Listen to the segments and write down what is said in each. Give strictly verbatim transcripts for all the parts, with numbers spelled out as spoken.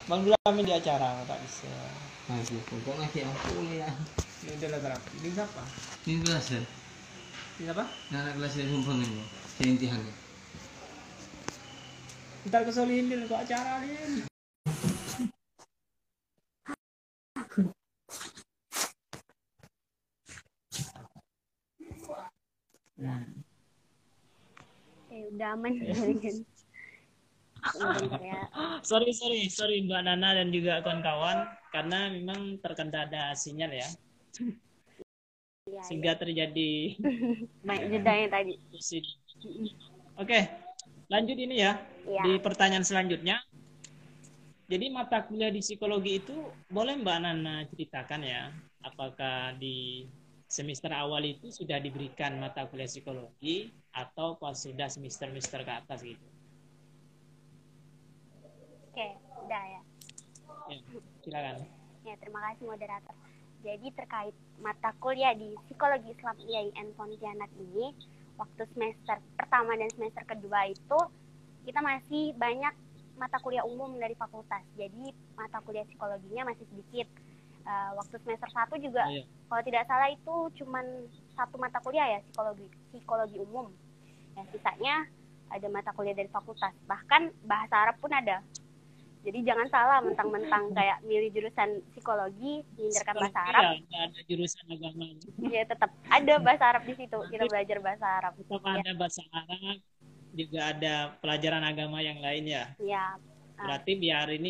Bang dulu kami di acara tak bisa. Masih pokok lagi aku kuliah. Ini udah lah terapi. Ini siapa? Ini kelas ya? Ini apa? Anak kelas yang sumpah ini. Saya intihan ya. Ntar kesolihin kok acara ini. Hmm. Eh udah aman kan. Ya. sorry sorry sorry Mbak Nana dan juga kawan-kawan karena memang terkendala sinyal ya. Ya sehingga ya. Terjadi banyak jedanya tadi. Oke, lanjut ini ya, ya di pertanyaan selanjutnya. Jadi mata kuliah di psikologi itu boleh Mbak Nana ceritakan ya, apakah di semester awal itu sudah diberikan mata kuliah psikologi atau pas sudah semester-semester ke atas gitu? Oke, udah ya. Ya, silakan. Ya, terima kasih moderator. Jadi terkait mata kuliah di Psikologi Islam I A I N Pontianak ini, waktu semester pertama dan semester kedua itu kita masih banyak mata kuliah umum dari fakultas. Jadi mata kuliah psikologinya masih sedikit. Uh, waktu semester satu juga, oh, iya. Kalau tidak salah itu cuman satu mata kuliah ya, psikologi psikologi umum. Ya, sisanya ada mata kuliah dari fakultas. Bahkan bahasa Arab pun ada. Jadi jangan salah mentang-mentang kayak milih jurusan psikologi, menghindarkan bahasa Arab. Ya, ada jurusan agama. Ya tetap ada bahasa Arab di situ. Kita belajar bahasa Arab. Tetap ya. Ada bahasa Arab, juga ada pelajaran agama yang lain ya. Ya. Berarti biar ini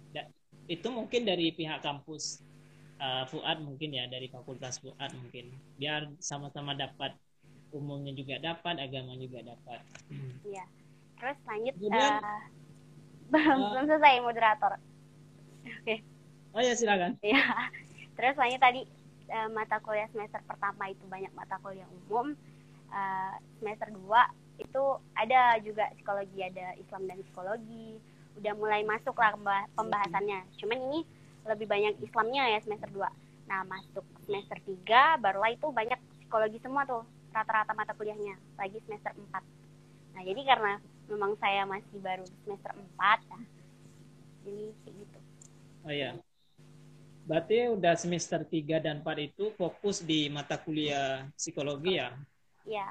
itu mungkin dari pihak kampus uh, Fuad mungkin ya, dari fakultas Fuad mungkin. Biar sama-sama dapat, umumnya juga dapat, agama juga dapat. Iya. Terus lanjut. Kemudian, uh, belum uh, belum selesai moderator. Oke. Okay. Oh ya silakan. Ya. Terus lanjut tadi uh, mata kuliah semester pertama itu banyak mata kuliah umum. Uh, semester dua itu ada juga psikologi, ada Islam dan psikologi. Udah mulai masuk lah pembahasannya. Cuman ini lebih banyak Islamnya ya semester dua. Nah, masuk semester tiga barulah itu banyak psikologi semua tuh. Rata-rata mata kuliahnya. Lagi semester empat. Nah, jadi karena memang saya masih baru semester empat, nah, jadi kayak gitu. Oh iya. Berarti udah semester tiga dan empat itu fokus di mata kuliah psikologi ya? Iya.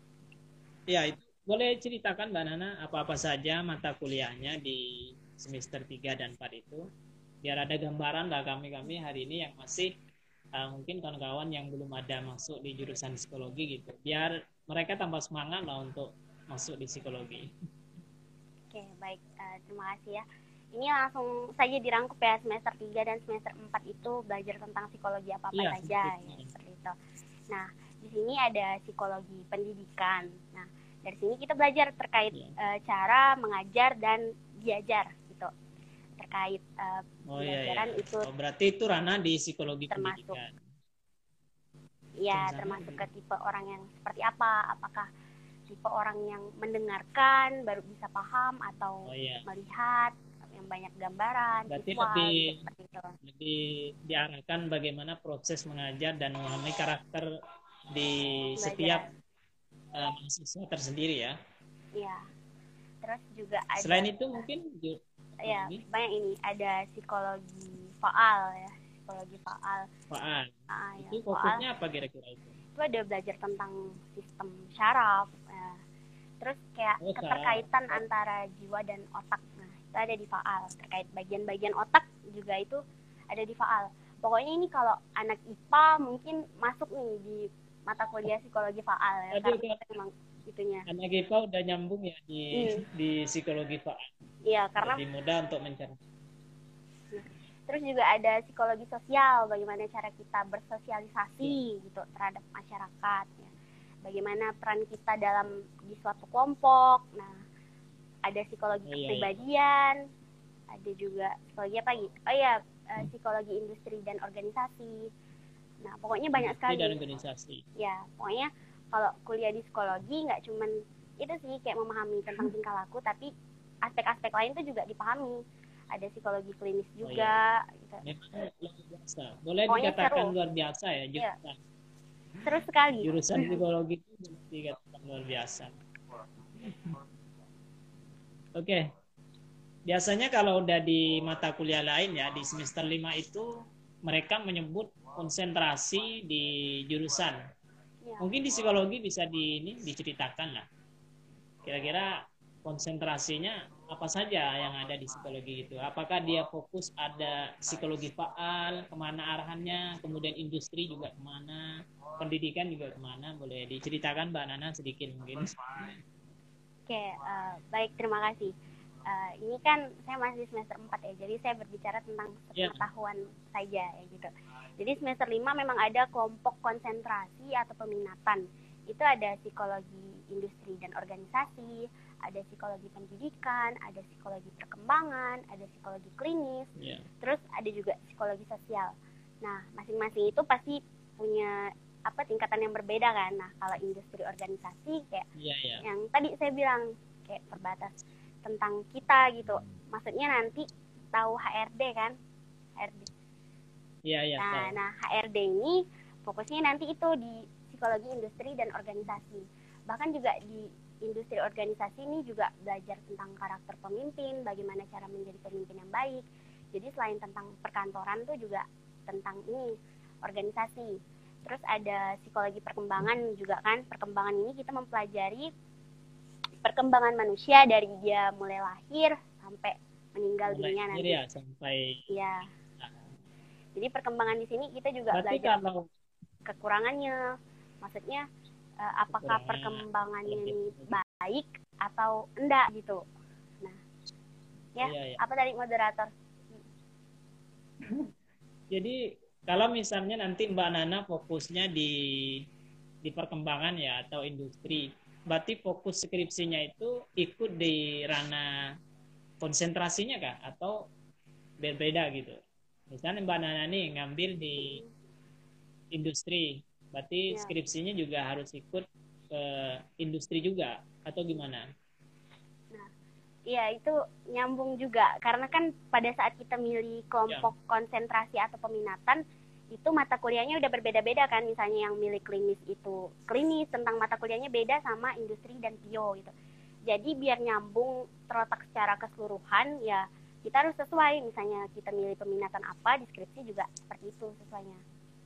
Ya, itu boleh ceritakan Mbak Nana apa-apa saja mata kuliahnya di semester tiga dan empat itu? Biar ada gambaran lah kami-kami hari ini yang masih uh, mungkin kawan-kawan yang belum ada masuk di jurusan psikologi gitu. Biar mereka tambah semangat lah untuk masuk di psikologi. Oke, baik. Uh, terima kasih ya. Ini langsung saja dirangkup ya, semester tiga dan semester empat itu belajar tentang psikologi apa-apa ya, saja ya, seperti itu. Nah, di sini ada psikologi pendidikan. Nah, dari sini kita belajar terkait ya. uh, cara mengajar dan diajar gitu. Terkait uh, oh, pelajaran iya, iya. itu. Oh, berarti itu ranah di psikologi termasuk, pendidikan. Iya, termasuk ke tipe orang yang seperti apa? Apakah tipe orang yang mendengarkan baru bisa paham atau oh, iya. melihat yang banyak gambaran, berarti visual, lebih, seperti itu. Lebih diarahkan bagaimana proses mengajar dan memahami karakter di belajar. Setiap uh, mahasiswa tersendiri ya. Iya. Terus juga ada. Selain itu mungkin ya ini? banyak ini ada psikologi faal ya, psikologi faal. Faal. Ah, itu ya, fokusnya faal. Apa kira-kira itu? Itu ada belajar tentang sistem syaraf. Ya. Terus kayak oh, keterkaitan syaraf. Antara jiwa dan otak. Nah, itu ada di faal. Terkait bagian-bagian otak juga itu ada di faal. Pokoknya ini kalau anak I P A mungkin masuk nih di mata kuliah psikologi faal ya. Aduh, karena itu memang itunya. Anak I P A udah nyambung ya di hmm. di psikologi faal. Iya, karena lebih mudah untuk mencari. Terus juga ada psikologi sosial, bagaimana cara kita bersosialisasi ya. Gitu terhadap masyarakat ya. Bagaimana peran kita dalam di suatu kelompok. Nah, ada psikologi oh, kepribadian, iya, iya. Ada juga psikologi apa gitu? Oh ya, uh, psikologi industri dan organisasi. Nah, pokoknya banyak sekali. Dan organisasi. Ya, pokoknya kalau kuliah di psikologi nggak cuman itu sih kayak memahami tentang tingkah laku, tapi aspek-aspek lain tuh juga dipahami. Ada psikologi klinis juga. Oh, iya. Gitu. Luar biasa. Boleh pokoknya dikatakan seru. Luar biasa ya jurusan. Ya. Seru sekali. Jurusan psikologi itu dikatakan luar biasa. Oke. Okay. biasanya kalau udah di mata kuliah lain ya di semester lima itu mereka menyebut konsentrasi di jurusan. Ya. Mungkin di psikologi bisa di ini diceritakan lah. Kira-kira konsentrasinya apa saja yang ada di psikologi itu? Apakah dia fokus ada psikologi faal, kemana arahannya, kemudian industri juga kemana, pendidikan juga kemana? Boleh diceritakan Mbak Nana sedikit mungkin. Oke, uh, baik, terima kasih. Uh, ini kan saya masih semester empat ya, jadi saya berbicara tentang pengetahuan yeah. saja ya gitu. Jadi semester lima memang ada kelompok konsentrasi atau peminatan. Itu ada psikologi industri dan organisasi, ada psikologi pendidikan, ada psikologi perkembangan, ada psikologi klinis, yeah. terus ada juga psikologi sosial. Nah, masing-masing itu pasti punya apa tingkatan yang berbeda kan. Nah, kalau industri organisasi kayak yeah, yeah. yang tadi saya bilang kayak terbatas tentang kita gitu. Maksudnya nanti tahu H R D kan? H R D. Iya, iya. Nah, nah H R D ini fokusnya nanti itu di psikologi industri dan organisasi. Bahkan juga di industri organisasi ini juga belajar tentang karakter pemimpin, bagaimana cara menjadi pemimpin yang baik. Jadi selain tentang perkantoran tuh juga tentang ini organisasi. Terus ada psikologi perkembangan juga kan. Perkembangan ini kita mempelajari perkembangan manusia dari dia mulai lahir sampai meninggal mulai dunia nanti. Ya, sampai ya. Jadi perkembangan di sini kita juga Berarti belajar kalau kekurangannya. Maksudnya uh, apakah perkembangannya ini baik atau enggak gitu. Nah, ya, iya, iya. Apa tadi moderator? Jadi kalau misalnya nanti Mbak Nana fokusnya di di perkembangan ya atau industri, berarti fokus skripsinya itu ikut di ranah konsentrasinya kah atau berbeda gitu? Misalnya Mbak Nana nih ngambil di industri, berarti ya. Skripsinya juga harus ikut ke industri juga atau gimana? Nah, iya itu nyambung juga karena kan pada saat kita milih kelompok ya. Konsentrasi atau peminatan itu mata kuliahnya udah berbeda-beda kan. Misalnya yang milih klinis itu klinis tentang mata kuliahnya beda sama industri dan bio gitu. Jadi biar nyambung terletak secara keseluruhan ya kita harus sesuai. Misalnya kita milih peminatan apa, deskripsi juga seperti itu sesuainya.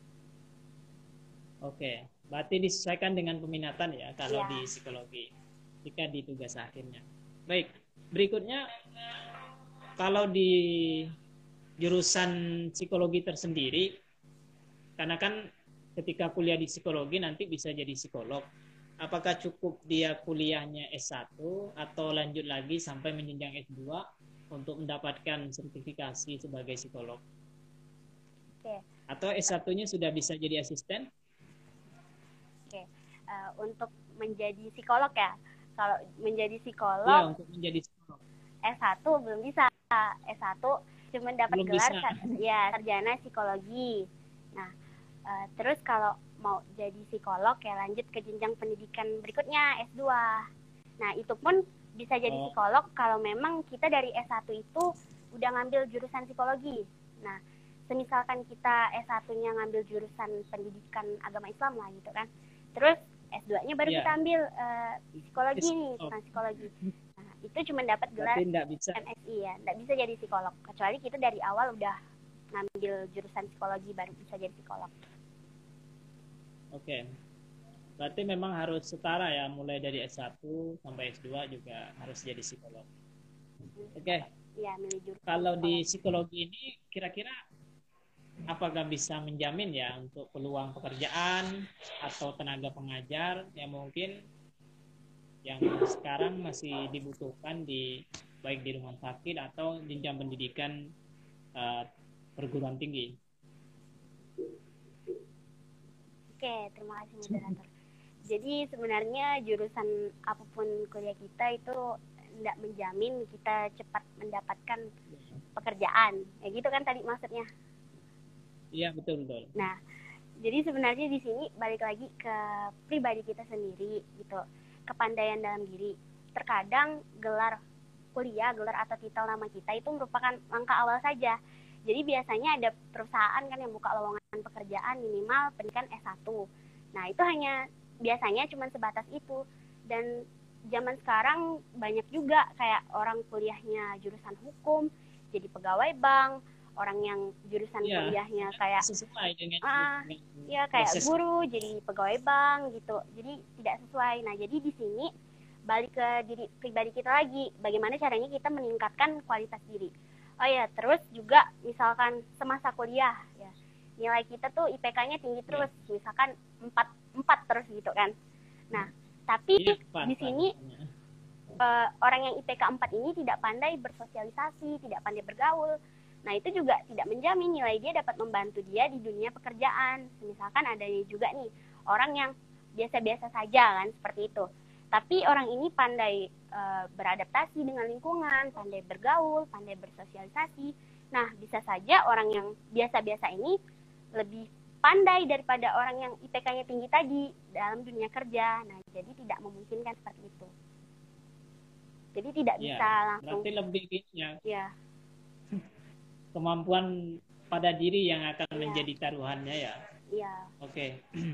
Oke, berarti disesuaikan dengan peminatan ya kalau ya. Di psikologi jika di tugas akhirnya. Baik, berikutnya kalau di jurusan psikologi tersendiri, karena kan ketika kuliah di psikologi nanti bisa jadi psikolog. Apakah cukup dia kuliahnya S satu atau lanjut lagi sampai menjenjang S dua untuk mendapatkan sertifikasi sebagai psikolog? Oke. Atau S satu-nya sudah bisa jadi asisten? Oke. Uh, untuk menjadi psikolog ya. Kalau menjadi psikolog ya, untuk menjadi psikolog. S satu belum bisa. S satu cuma dapat belum gelar bisa. ya sarjana psikologi. Nah, uh, terus kalau mau jadi psikolog ya lanjut ke jenjang pendidikan berikutnya S dua. Nah, itu pun bisa jadi oh. psikolog kalau memang kita dari S satu itu udah ngambil jurusan psikologi. Nah, semisalkan kita S satu-nya ngambil jurusan pendidikan agama Islam lah gitu kan. Terus S dua-nya baru yeah. kita ambil uh, psikologi Is, nih, tentang oh. psikologi. Nah, itu cuma dapat gelar M S I ya, nggak bisa jadi psikolog. Kecuali kita dari awal udah ngambil jurusan psikologi baru bisa jadi psikolog. Oke. Berarti memang harus setara ya, mulai dari S satu sampai S dua juga harus jadi psikolog. Oke. Iya, milih jurusan. Kalau psikologi. Di psikologi ini kira-kira apakah bisa menjamin ya untuk peluang pekerjaan atau tenaga pengajar yang mungkin yang sekarang masih dibutuhkan di baik di rumah sakit atau jenjang pendidikan uh, perguruan tinggi? Oke, terima kasih moderator. Jadi sebenarnya jurusan apapun kuliah kita itu tidak menjamin kita cepat mendapatkan pekerjaan. Ya gitu kan tadi maksudnya? Iya, betul betul. Nah, jadi sebenarnya di sini balik lagi ke pribadi kita sendiri gitu, kepandaian dalam diri. Terkadang gelar kuliah, gelar atau titel nama kita itu merupakan langkah awal saja. Jadi biasanya ada perusahaan kan yang buka lowongan pekerjaan minimal pendidikan S satu. Nah, itu hanya biasanya cuma sebatas itu. Dan zaman sekarang banyak juga kayak orang kuliahnya jurusan hukum jadi pegawai bank, orang yang jurusan Iya, kuliahnya kayak sesuai dengan, ah dengan ya kayak proses. guru jadi pegawai bank gitu. Jadi tidak sesuai. Nah, jadi di sini balik ke diri pribadi kita lagi, bagaimana caranya kita meningkatkan kualitas diri. Oh ya, terus juga misalkan semasa kuliah ya, nilai kita tuh I P K-nya tinggi terus, Ya. misalkan empat empat terus gitu kan. Nah, tapi Iya, Pak, di sini uh, orang yang I P K empat ini tidak pandai bersosialisasi, tidak pandai bergaul. Nah, itu juga tidak menjamin nilai dia dapat membantu dia di dunia pekerjaan. Misalkan adanya juga nih orang yang biasa-biasa saja kan, seperti itu. Tapi orang ini pandai uh, beradaptasi dengan lingkungan, pandai bergaul, pandai bersosialisasi. Nah, bisa saja orang yang biasa-biasa ini lebih pandai daripada orang yang I P K-nya tinggi tadi dalam dunia kerja. Nah, jadi tidak memungkinkan seperti itu. Jadi tidak ya, bisa langsung. Berarti lebih ya. Ya. Kemampuan pada diri yang akan ya. menjadi taruhannya ya. Iya. Oke.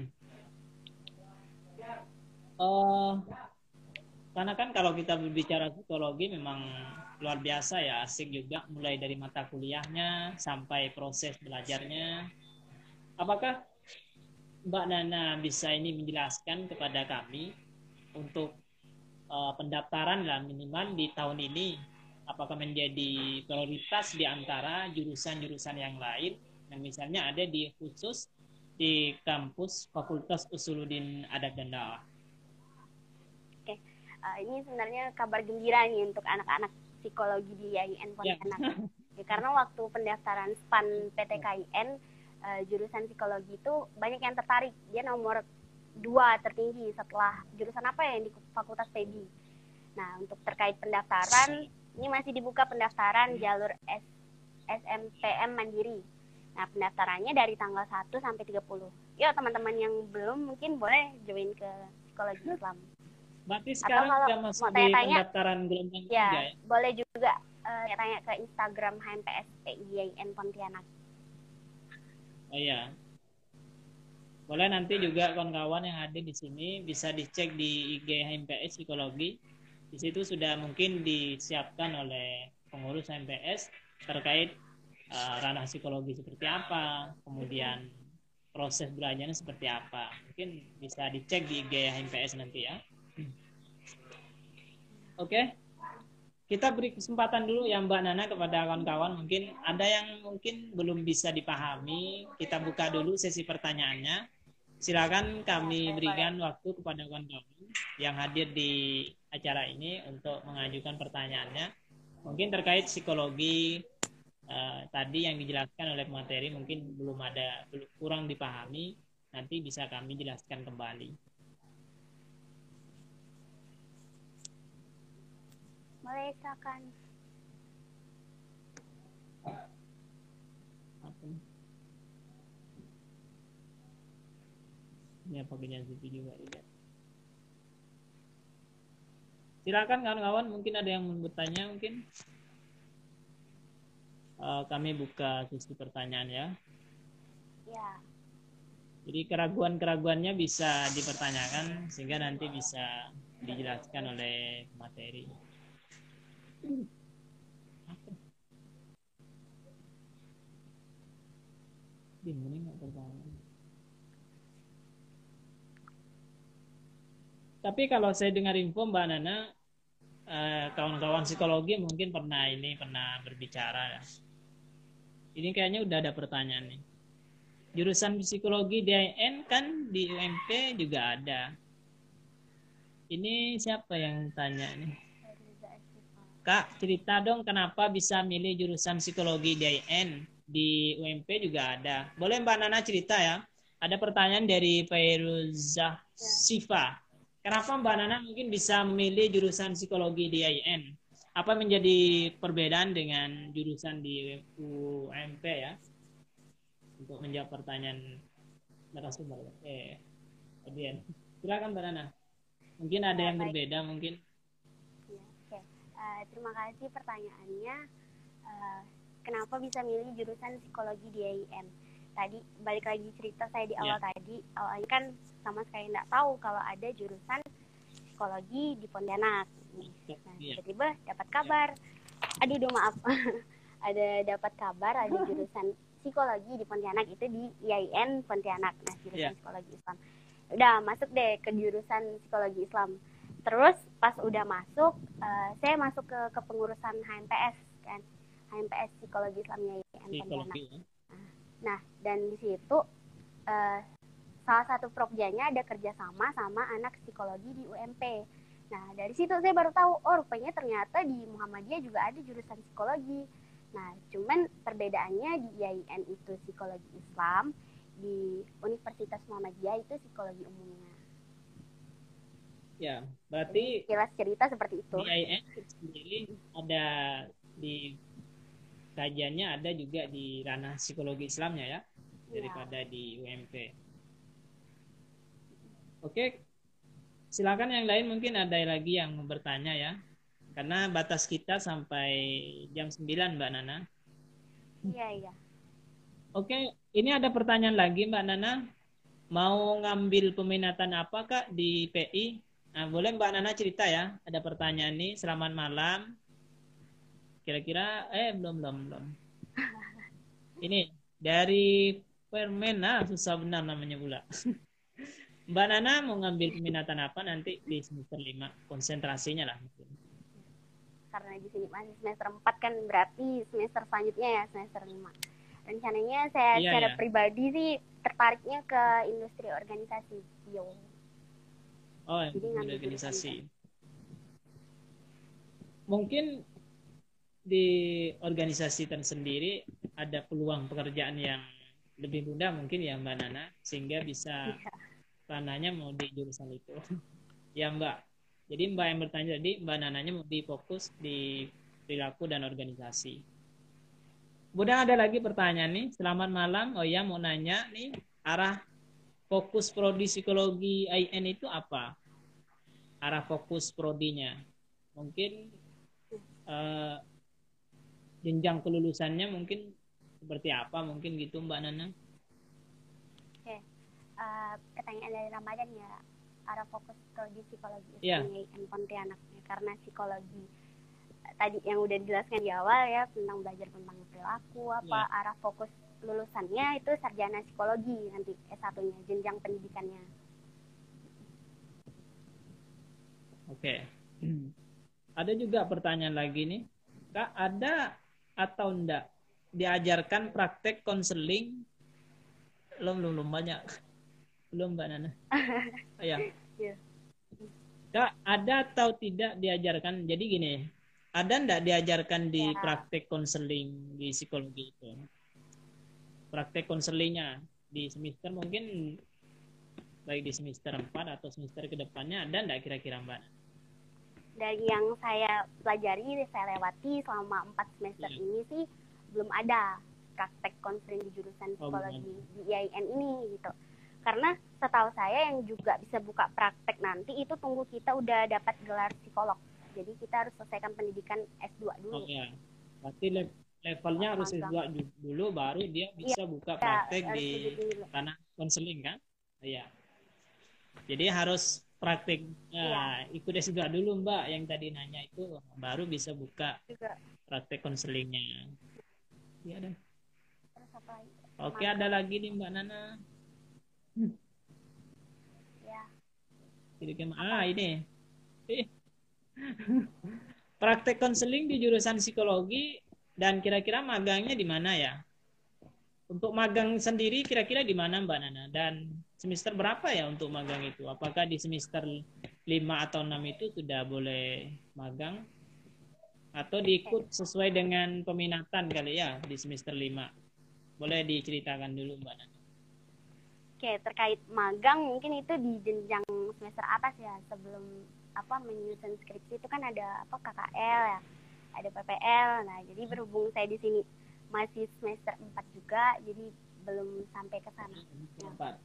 Uh, karena kan kalau kita berbicara psikologi memang luar biasa ya, asik juga mulai dari mata kuliahnya sampai proses belajarnya. Apakah Mbak Nana bisa ini menjelaskan kepada kami untuk uh, pendaftaran lah minimal di tahun ini, apakah menjadi prioritas di antara jurusan-jurusan yang lain yang misalnya ada di khusus di kampus Fakultas Usuluddin Adab dan Dakwah? Oke, uh, ini sebenarnya kabar gembira nih untuk anak-anak psikologi di I A I N Pontianak. Ya. Ya, karena waktu pendaftaran S P A N P T K I N uh, jurusan psikologi itu banyak yang tertarik. Dia nomor dua tertinggi setelah jurusan apa yang di Fakultas P E D I. Nah, untuk terkait pendaftaran, ini masih dibuka pendaftaran jalur S M P M Mandiri. Nah, pendaftarannya dari tanggal satu sampai tiga puluh. Yuk, teman-teman yang belum mungkin boleh join ke psikologi Islam. Berarti sekarang sudah masuk di tanya, pendaftaran gelombang ya, tiga ya? Boleh juga uh, tanya ke Instagram H M P S P I A I N Pontianak. Oh iya. Boleh nanti juga kawan-kawan yang hadir di sini bisa dicek di I G H M P S Psikologi. Di situ sudah mungkin disiapkan oleh pengurus H M P S terkait uh, ranah psikologi seperti apa, kemudian proses belajarnya seperti apa. Mungkin bisa dicek di I G H M P S nanti ya. Oke. Okay. Kita beri kesempatan dulu ya Mbak Nana kepada kawan-kawan. Mungkin ada yang mungkin belum bisa dipahami. Kita buka dulu sesi pertanyaannya. Silakan kami berikan waktu kepada kawan-kawan yang hadir di acara ini untuk mengajukan pertanyaannya. Mungkin terkait psikologi eh, tadi yang dijelaskan oleh materi mungkin belum ada, belum kurang dipahami. Nanti bisa kami jelaskan kembali. Boleh, silakan. Ini apa video juga ya. Silakan kawan-kawan, mungkin ada yang mau bertanya mungkin. Uh, kami buka sesi pertanyaan ya. Ya. Jadi keraguan-keraguannya bisa dipertanyakan sehingga nanti bisa dijelaskan oleh materi. Bingung nggak pertanyaan. Tapi kalau saya dengar info Mbak Nana, eh, kawan-kawan psikologi mungkin pernah ini pernah berbicara ya. Ini kayaknya udah ada pertanyaan nih. Jurusan psikologi D I N kan di U M P juga ada. Ini siapa yang tanya nih? Kak, cerita dong kenapa bisa milih jurusan psikologi D I N di U M P juga ada. Boleh Mbak Nana cerita ya? Ada pertanyaan dari Fairuzah Sifa. Kenapa Mbak Nana mungkin bisa memilih jurusan psikologi D I N? Apa menjadi perbedaan dengan jurusan di U M P ya? Untuk menjawab pertanyaan narasumber. Eh, kemudian silakan Mbak Nana. Mungkin ada yang berbeda mungkin. Uh, terima kasih pertanyaannya. Uh, kenapa bisa milih jurusan psikologi di I A I N? Tadi balik lagi cerita saya di awal yeah. tadi, awalnya kan sama sekali nggak tahu kalau ada jurusan psikologi di Pontianak. Nah, Iya. tiba-tiba dapat kabar, aduh duh, maaf, ada dapat kabar ada jurusan psikologi di Pontianak itu di I A I N Pontianak. Nah, jurusan Iya. psikologi Islam. Udah masuk deh ke jurusan psikologi Islam. Terus pas udah masuk, uh, saya masuk ke kepengurusan H M P S kan, H M P S psikologi Islam I A I N Pontianak. Psikologi. Ya. Nah, dan di situ uh, salah satu prokjanya ada kerjasama sama anak psikologi di U M P. Nah, dari situ saya baru tahu, oh rupanya ternyata di Muhammadiyah juga ada jurusan psikologi. Nah, cuman perbedaannya di I A I N itu psikologi Islam, di Universitas Muhammadiyah itu psikologi umumnya. Ya, berarti jelas cerita seperti itu. Di I A I N sendiri ada di kajiannya ada juga di ranah psikologi Islamnya ya, daripada ya. Di U M P. Oke, silakan yang lain, mungkin ada lagi yang mau bertanya ya, karena batas kita sampai jam sembilan Mbak Nana. Iya, iya. Oke, ini ada pertanyaan lagi Mbak Nana, mau ngambil peminatan apa Kak di P I? Nah, boleh Mbak Nana cerita ya, ada pertanyaan nih, selamat malam. Kira-kira, eh belum, belum, belum. Ini dari Permen, nah susah benar namanya pula. Mbak Nana mau ngambil peminatan apa nanti di semester lima? Konsentrasinya lah. Karena di sini masih semester empat kan, berarti semester selanjutnya ya semester lima. Rencananya saya iya, secara iya. pribadi sih tertariknya ke industri organisasi. Yo. Oh, industri organisasi. Mungkin di organisasi tersendiri ada peluang pekerjaan yang lebih mudah mungkin ya Mbak Nana, sehingga bisa ya. Ranahnya mau di jurusan itu. Ya Mbak. Jadi Mbak yang bertanya tadi, Mbak Nananya mau difokus di perilaku dan organisasi. Kemudian ada lagi pertanyaan nih, selamat malam. Oh ya, mau nanya nih, arah fokus prodi psikologi I A I N itu apa? Arah fokus prodinya. Mungkin uh, jenjang kelulusannya mungkin seperti apa? Mungkin gitu Mbak Nana. Oke, uh, pertanyaan dari Ramadan ya, arah fokus prodi psikologi yeah. I A I N Pontianak ya, karena psikologi tadi yang udah dijelaskan di awal ya, tentang belajar tentang perilaku apa yeah. Arah fokus lulusannya itu sarjana psikologi nanti S satu-nya, jenjang pendidikannya. Oke. Okay. Ada juga pertanyaan lagi nih, Kak, ada atau enggak diajarkan praktek konseling? Belum, belum, belum banyak. Belum Mbak Nana. Oh, ya. Yeah. Kak, ada atau tidak diajarkan? Jadi gini, ada enggak diajarkan di yeah. praktek konseling di psikologi itu? Praktek konselingnya di semester mungkin baik di semester empat atau semester kedepannya ada enggak kira-kira Mbak? Dari yang saya pelajari, saya lewati selama empat semester yeah. ini sih belum ada praktek konseling di jurusan psikologi oh, di I A I N ini gitu. Karena setahu saya yang juga bisa buka praktek nanti itu tunggu kita udah dapat gelar psikolog. Jadi kita harus selesaikan pendidikan S dua dulu. Oh iya. Berarti levelnya harus S dua dulu baru dia bisa ya, buka praktek ya, di tanah konseling kan? Iya. Jadi harus praktek nah, ya. Ikut S dua dulu Mbak yang tadi nanya itu baru bisa buka juga praktek konselingnya. Iya deh. Oke, ada lagi nih Mbak Nana. Ya. Ah, ini. Eh. Praktek konseling di jurusan psikologi dan kira-kira magangnya di mana ya? Untuk magang sendiri kira-kira di mana Mbak Nana? Dan semester berapa ya untuk magang itu? Apakah di semester lima atau enam itu sudah boleh magang? Atau diikut sesuai dengan peminatan kali ya di semester lima? Boleh diceritakan dulu Mbak Nana. Oke, terkait magang mungkin itu di jenjang semester atas ya, sebelum apa menyusun skripsi itu kan ada apa K K L ya, ada P P L. Nah, jadi berhubung saya di sini masih semester empat juga, jadi belum sampai ke sana. empat.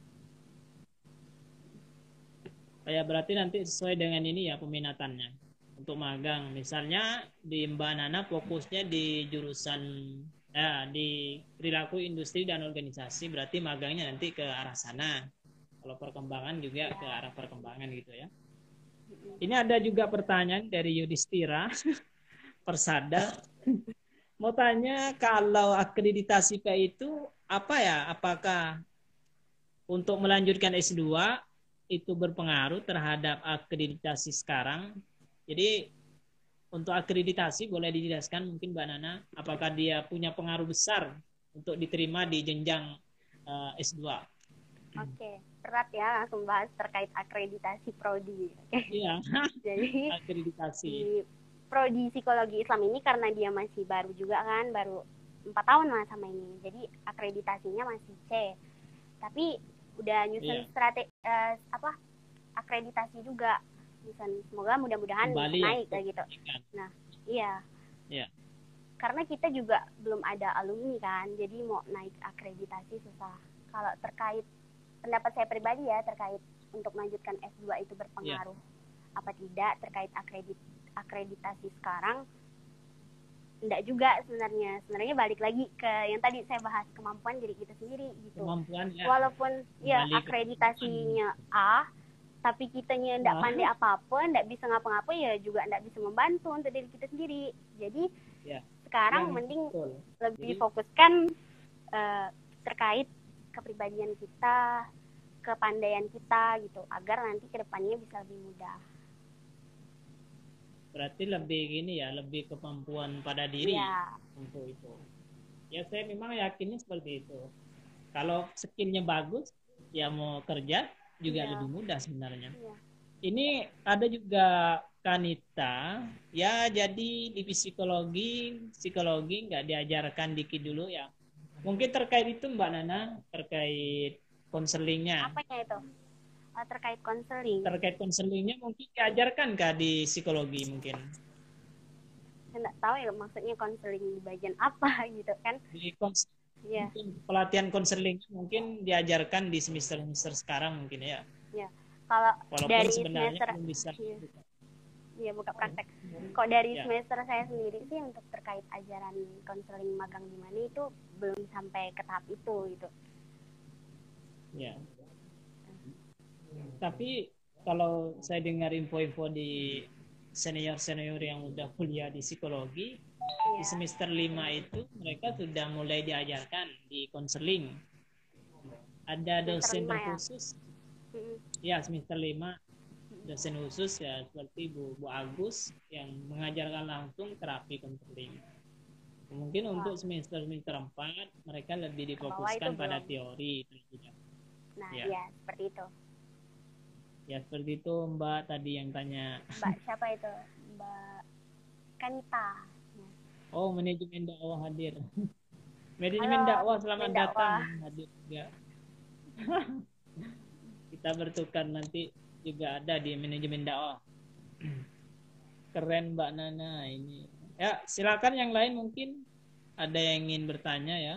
Ya, berarti nanti sesuai dengan ini ya peminatannya. Untuk magang, misalnya di Mbak Nana fokusnya di jurusan ya, di perilaku industri dan organisasi, berarti magangnya nanti ke arah sana. Kalau perkembangan juga ya. Ke arah perkembangan gitu ya. Ini ada juga pertanyaan dari Yudhistira Persada. Mau tanya kalau akreditasi P I itu apa ya? Apakah untuk melanjutkan S dua itu berpengaruh terhadap akreditasi sekarang? Jadi untuk akreditasi boleh dijelaskan mungkin Mbak Nana, apakah dia punya pengaruh besar untuk diterima di jenjang uh, S dua? Oke, berat ya langsung bahas terkait akreditasi prodi. Iya. Jadi akreditasi di prodi psikologi Islam ini karena dia masih baru juga kan, baru empat tahun lah sama ini. Jadi akreditasinya masih C. Tapi udah nyusun yeah. strategi uh, apa akreditasi juga. Nyusun, semoga mudah-mudahan naik kayak gitu. Nah, iya. Yeah. Karena kita juga belum ada alumni kan, jadi mau naik akreditasi susah. Kalau terkait pendapat saya pribadi ya terkait untuk melanjutkan S dua itu berpengaruh yeah. apa tidak terkait akredit akreditasi sekarang, enggak juga sebenarnya. Sebenarnya balik lagi ke yang tadi saya bahas, kemampuan diri kita sendiri gitu. Kemampuan ya. Walaupun ya akreditasinya A, tapi kitanya enggak pandai apa-apa, enggak bisa ngapa-ngapa, ya juga enggak bisa membantu untuk diri kita sendiri. Jadi ya. sekarang ya, mending betul. lebih Jadi, fokuskan uh, terkait kepribadian kita, kepandaian kita gitu, agar nanti kedepannya bisa lebih mudah. Berarti lebih gini ya, lebih kemampuan pada diri ya. untuk itu. Ya saya memang yakinnya seperti itu. Kalau skillnya bagus, ya mau kerja juga ya. lebih mudah sebenarnya. Ya. Ini ada juga Kanita, ya jadi di psikologi, psikologi nggak diajarkan dikit dulu ya. Mungkin terkait itu Mbak Nana, terkait konselingnya. Apanya itu? Oh, terkait konseling. Terkait konselingnya mungkin diajarkan kah di psikologi mungkin? Saya nggak tahu ya maksudnya konseling di bagian apa gitu kan? Di kons ya. pelatihan konseling mungkin diajarkan di semester-semester sekarang mungkin ya. Ya. Kalau Walaupun dari sebenarnya semester belum bisa. Iya buka praktek. Kok dari ya. semester saya sendiri sih untuk terkait ajaran konseling magang di mana itu belum sampai ke tahap itu gitu. Ya. Tapi kalau saya dengar info-info di senior-senior yang udah kuliah di psikologi, ya. di semester lima itu mereka sudah mulai diajarkan di konseling. Ada dosen terkhusus. Ya, ya semester lima. Dosen khusus ya seperti Bu, Bu Agus yang mengajarkan langsung terapi konseling. Mungkin wow. untuk semester-semester empat mereka lebih difokuskan pada belum. teori. Nah, ya. ya seperti itu. Ya seperti itu Mbak tadi yang tanya. Mbak siapa itu? Mbak Kanita. Oh, manajemen dakwah hadir. Manajemen dakwah selamat datang hadir juga. Kita bertukar nanti juga ada di manajemen dakwah. Keren Mbak Nana ini. Ya, silakan yang lain mungkin ada yang ingin bertanya ya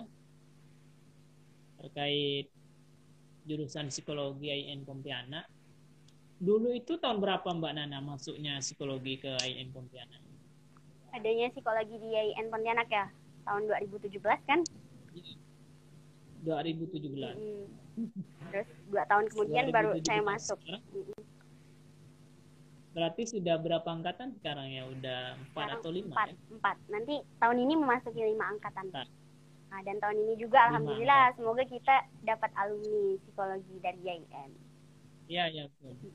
terkait jurusan psikologi I N Pontianak. Dulu itu tahun berapa Mbak Nana masuknya psikologi ke I N Pontianak? Adanya psikologi di I N Pontianak ya, tahun dua ribu tujuh belas kan? dua ribu tujuh belas. Hmm. Terus dua tahun kemudian baru saya masuk. Sekarang, berarti sudah berapa angkatan sekarang ya? Udah empat atau lima? Empat, ya? empat. Nanti tahun ini memasuki lima angkatan. Empat. Nah, dan tahun ini juga lima alhamdulillah angkatan. Semoga kita dapat alumni psikologi dari I N. Iya, ya.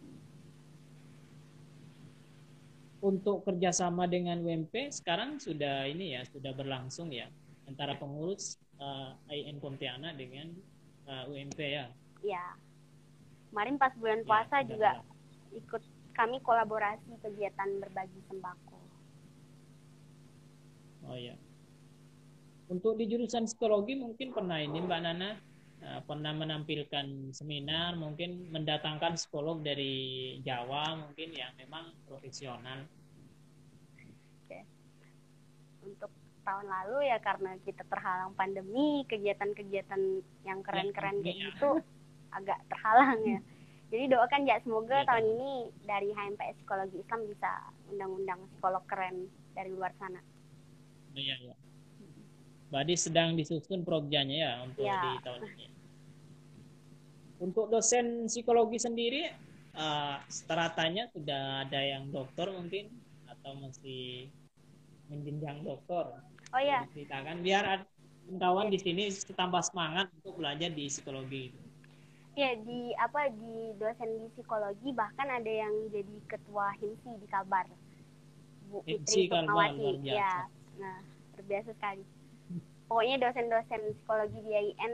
Untuk kerjasama dengan U M P sekarang sudah ini ya, sudah berlangsung ya antara pengurus uh, I N Pontianak dengan uh, U M P ya. Iya. Kemarin pas bulan puasa ya, juga benar. Ikut kami kolaborasi kegiatan berbagi sembako. Oh ya. Untuk di jurusan psikologi mungkin pernah ini Mbak Nana uh, pernah menampilkan seminar, mungkin mendatangkan psikolog dari Jawa mungkin yang memang profesional. Oke. Untuk tahun lalu ya karena kita terhalang pandemi, kegiatan-kegiatan yang keren-keren kayak gitu agak terhalang ya. Jadi doakan ya semoga ya, tahun ya. ini dari H M P S Psikologi Islam bisa undang-undang psikolog keren dari luar sana. Iya, iya. Berarti sedang disusun programnya ya untuk ya. di tahun ini. Untuk dosen psikologi sendiri uh, stratanya sudah ada yang doktor mungkin atau masih menjenjang doktor? Oh ya, Diceritakan biar kawan di sini tambah semangat untuk belajar di psikologi. ya di apa di dosen di psikologi bahkan ada yang jadi ketua himsi di Kalbar, Bu Fitri Sukmawati. Ya, nah terbiasa sekali. Pokoknya dosen-dosen psikologi di I N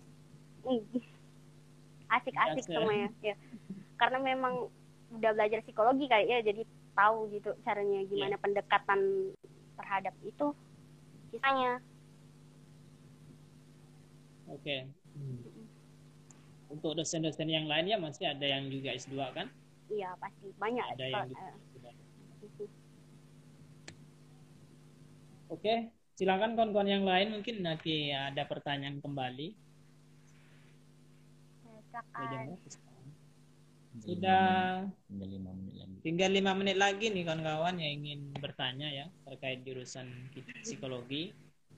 asik-asik semuanya. Ya. Karena memang udah belajar psikologi kali ya, jadi tahu gitu caranya gimana yeah. pendekatan terhadap itu kisahnya. Oke. Okay. Hmm. Untuk dosen-dosen yang lainnya masih ada yang juga S dua kan? Iya, pasti banyak. Ada yang juga S dua. Oke, silakan kawan-kawan yang lain mungkin nanti ada pertanyaan kembali. Silakan. Sudah tinggal lima menit lagi. Tinggal lima menit lagi nih kawan-kawan yang ingin bertanya ya terkait jurusan psikologi.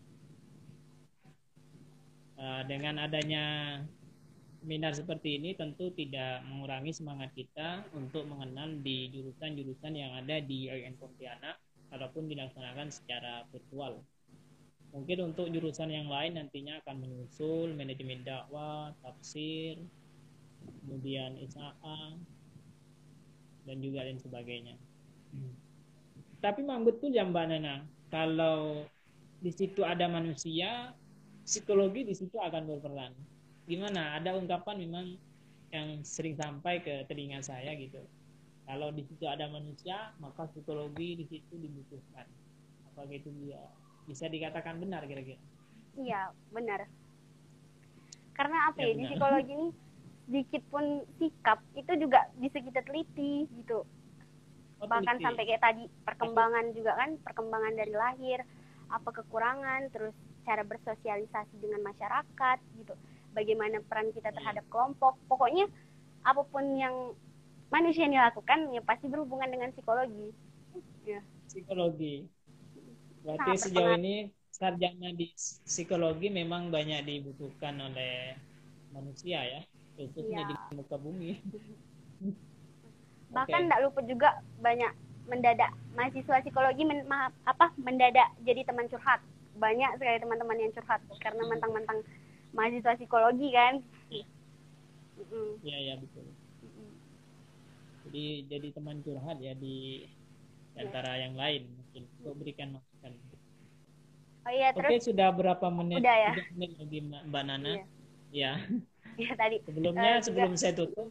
Uh, dengan adanya seminar seperti ini tentu tidak mengurangi semangat kita untuk mengenal di jurusan-jurusan yang ada di I N Pontianak ataupun dilaksanakan secara virtual. Mungkin untuk jurusan yang lain nantinya akan menyusul manajemen dakwah, tafsir, kemudian S A A dan juga lain sebagainya. Hmm. Tapi memang betul ya Mbak Nana, kalau di situ ada manusia, psikologi di situ akan berperan. Gimana? Ada ungkapan memang yang sering sampai ke telinga saya gitu. Kalau di situ ada manusia, maka psikologi di situ dibutuhkan. Apakah itu dia bisa dikatakan benar kira-kira? Iya, benar. Karena apa ya, ya di psikologi ini sedikit pun sikap itu juga bisa kita teliti gitu. Oh, bahkan teliti. Sampai kayak tadi perkembangan juga kan, perkembangan dari lahir, apa kekurangan, terus cara bersosialisasi dengan masyarakat gitu. Bagaimana peran kita terhadap kelompok. Pokoknya apapun yang manusia ini lakukan ya pasti berhubungan dengan psikologi. Ya. Psikologi. Berarti nah, sejauh ini sarjana di psikologi memang banyak dibutuhkan oleh manusia ya, khususnya ya. Di muka bumi. Bahkan tidak okay. lupa juga banyak mendadak mahasiswa psikologi men, ma, apa mendadak jadi teman curhat. Banyak sekali teman-teman yang curhat karena mentang-mentang mahasiswa psikologi kan. Iya mm. ya, betul. Mm. Jadi jadi teman curhat ya di antara ya. Yang lain mungkin untuk berikan masukan. Oh iya, Oke, terus sudah berapa menit? Udah ya. Sudah menit lagi Mbak Nana. Iya. Ya. Ya tadi. Sebelumnya uh, sebelum juga. saya tutup,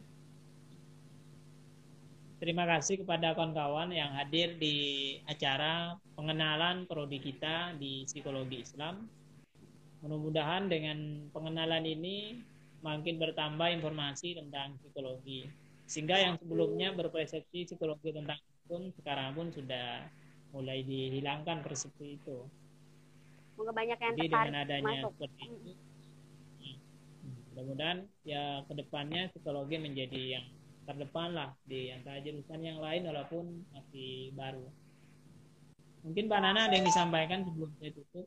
terima kasih kepada kawan-kawan yang hadir di acara pengenalan prodi kita di psikologi Islam. Mudah-mudahan dengan pengenalan ini makin bertambah informasi tentang psikologi. Sehingga yang sebelumnya berpersepsi psikologi tentang pun sekarang pun sudah mulai dihilangkan persepsi itu. Semoga banyak yang Jadi tertarik dengan adanya masuk. Seperti itu, mudah-mudahan ya kedepannya psikologi menjadi yang terdepan lah di antara jurusan yang lain walaupun masih baru. Mungkin Mbak Nana ada yang disampaikan sebelum saya tutup?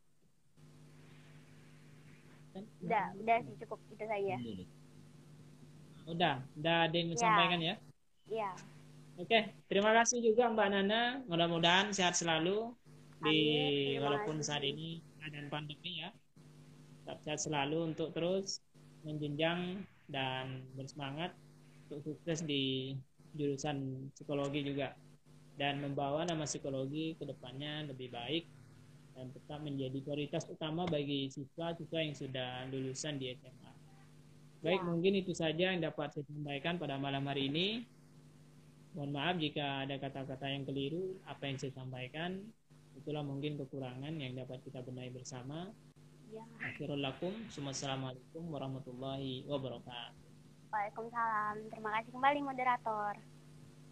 Udah, udah sih cukup itu saja. Udah, udah ada yang disampaikan ya? Iya. Oke, terima kasih juga Mbak Nana. Mudah-mudahan sehat selalu di Amin, walaupun saat ini keadaan pandemi ya. Sehat selalu untuk terus menjenjang dan bersemangat untuk sukses di jurusan psikologi juga dan membawa nama psikologi ke depannya lebih baik dan tetap menjadi prioritas utama bagi siswa-siswa yang sudah lulusan di S M A. Baik, ya. Mungkin itu saja yang dapat saya sampaikan pada malam hari ini. Mohon maaf jika ada kata-kata yang keliru apa yang saya sampaikan. Itulah mungkin kekurangan yang dapat kita benahi bersama. Ya. Akhirul lakum. Assalamualaikum warahmatullahi wabarakatuh. Waalaikumsalam. Terima kasih kembali moderator.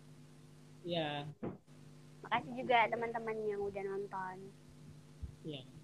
Ya. Terima kasih juga teman-teman yang udah nonton. Ya.